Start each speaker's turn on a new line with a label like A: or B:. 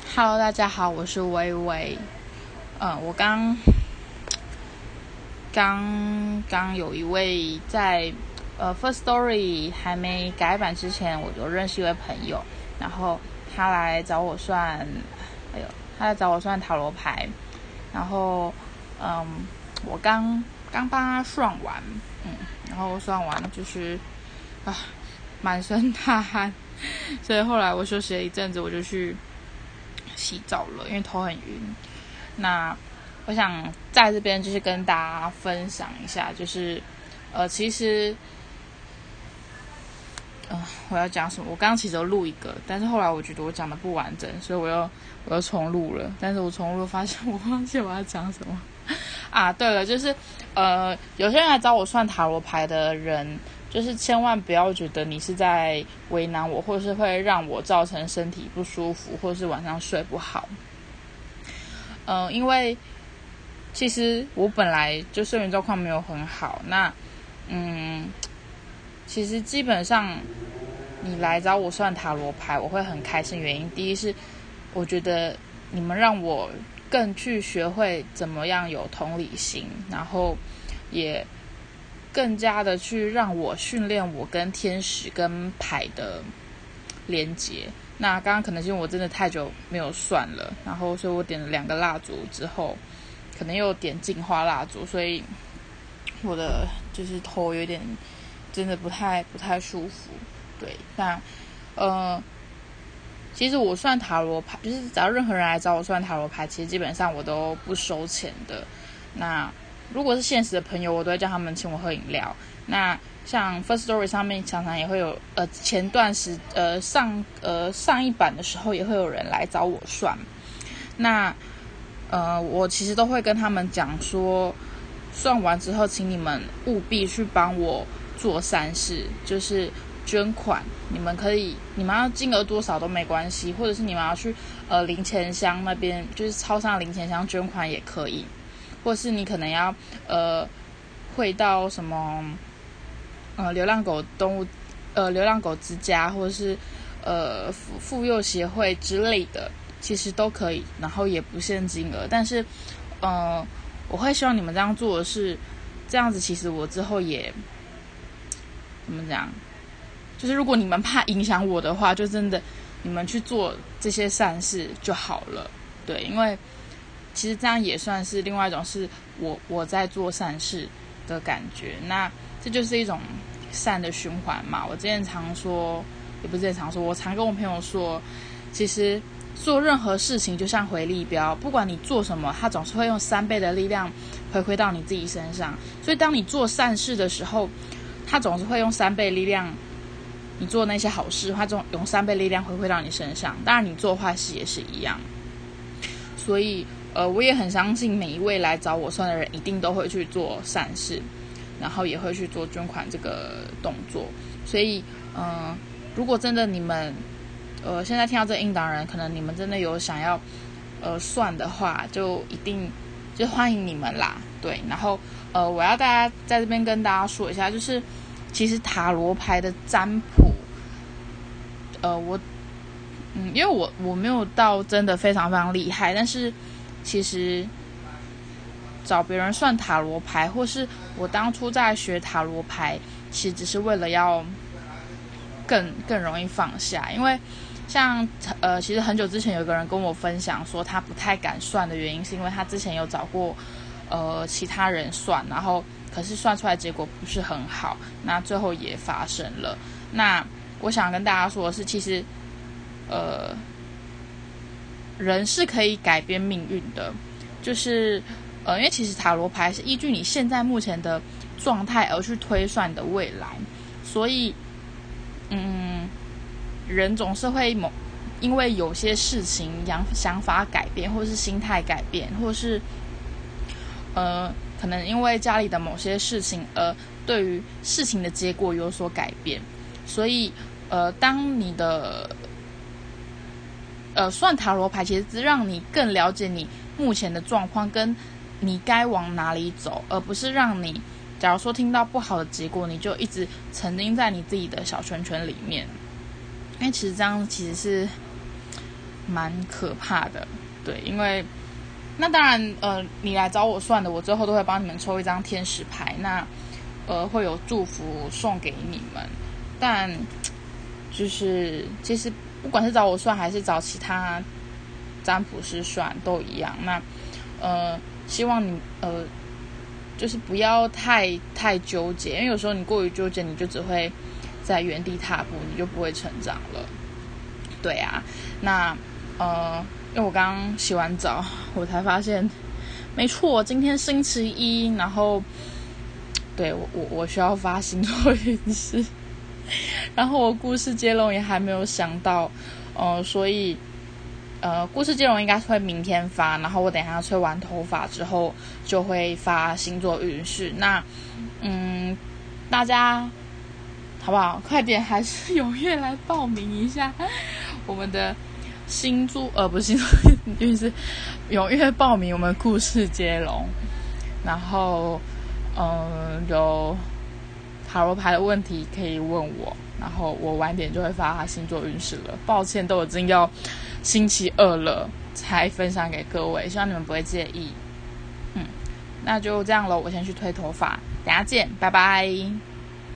A: Hello，大家好，我是微微。我刚有一位在First Story 还没改版之前，我就认识一位朋友，然后他来找我算塔罗牌，然后我刚帮他算完，然后算完就是满身大汗，所以后来我休息了一阵子，我就去洗澡了，因为头很晕。那我想在这边就是跟大家分享一下，就是其实我要讲什么？我刚刚其实有录一个，但是后来我觉得我讲的不完整，所以我又重录了。但是我重录发现我忘记我要讲什么啊。对了，就是有些人来找我算塔罗牌的人，就是千万不要觉得你是在为难我，或是会让我造成身体不舒服，或是晚上睡不好。因为其实我本来就睡眠状况没有很好，那其实基本上你来找我算塔罗牌，我会很开心。原因第一是我觉得你们让我更去学会怎么样有同理心，然后也更加的去让我训练我跟天使跟牌的连结。那刚刚可能是因为我真的太久没有算了，然后所以我点了2个蜡烛之后，可能又点净化蜡烛，所以我的就是头有点真的不太舒服。对，那其实我算塔罗牌，就是只要任何人来找我算塔罗牌，其实基本上我都不收钱的。那如果是现实的朋友，我都会叫他们请我喝饮料。那像 First Story 上面常常也会有前段上一版的时候也会有人来找我算。那我其实都会跟他们讲说，算完之后请你们务必去帮我做善事，就是捐款。你们要金额多少都没关系，或者是你们要去零钱箱那边，就是超商零钱箱捐款也可以，或者是你可能要汇到什么流浪狗之家，或者是妇幼协会之类的，其实都可以，然后也不限金额。但是我会希望你们这样做的是这样子，其实我之后也怎么讲，就是如果你们怕影响我的话，就真的你们去做这些善事就好了。对，因为其实这样也算是另外一种是我在做善事的感觉。那这就是一种善的循环嘛。我常跟我朋友说，其实做任何事情就像回力镖，不管你做什么，它总是会用3倍的力量回馈到你自己身上。所以当你做善事的时候，它总是会用3倍力量，你做那些好事，它总用3倍力量回馈到你身上。当然你做坏事也是一样。所以我也很相信每一位来找我算的人一定都会去做善事，然后也会去做捐款这个动作。所以如果真的你们现在听到这个音档人，可能你们真的有想要算的话，就一定就欢迎你们啦。对，然后我要大家在这边跟大家说一下，就是其实塔罗牌的占卜因为我没有到真的非常非常厉害，但是其实找别人算塔罗牌，或是我当初在学塔罗牌，其实只是为了要更容易放下。因为像其实很久之前有个人跟我分享说，他不太敢算的原因是因为他之前有找过其他人算，然后可是算出来结果不是很好，那最后也发生了。那我想跟大家说的是，其实人是可以改变命运的，就是因为其实塔罗牌是依据你现在目前的状态而去推算你的未来，所以人总是会因为有些事情想法改变，或是心态改变，或是可能因为家里的某些事情而对于事情的结果有所改变。所以当你的算塔罗牌其实是让你更了解你目前的状况，跟你该往哪里走，而不是让你假如说听到不好的结果，你就一直沉浸在你自己的小圈圈里面。因为其实这样其实是蛮可怕的。对，因为那当然你来找我算的，我最后都会帮你们抽一张天使牌，那会有祝福送给你们。但就是其实不管是找我算还是找其他占卜师算都一样。那希望你就是不要太纠结，因为有时候你过于纠结，你就只会在原地踏步，你就不会成长了。对啊，那因为我刚刚洗完澡，我才发现，没错，今天星期一，然后对我需要发星座运势，然后我故事接龙也还没有想到，所以故事接龙应该会明天发，然后我等一下吹完头发之后就会发星座运势。那大家好不好？快点，还是踊跃来报名一下我们的星座不是星座运势，踊跃报名我们故事接龙。然后有塔罗牌的问题可以问我，然后我晚点就会发星座运势了。抱歉，都已经要星期二了才分享给各位，希望你们不会介意。那就这样咯，我先去推头发，等下见，拜拜。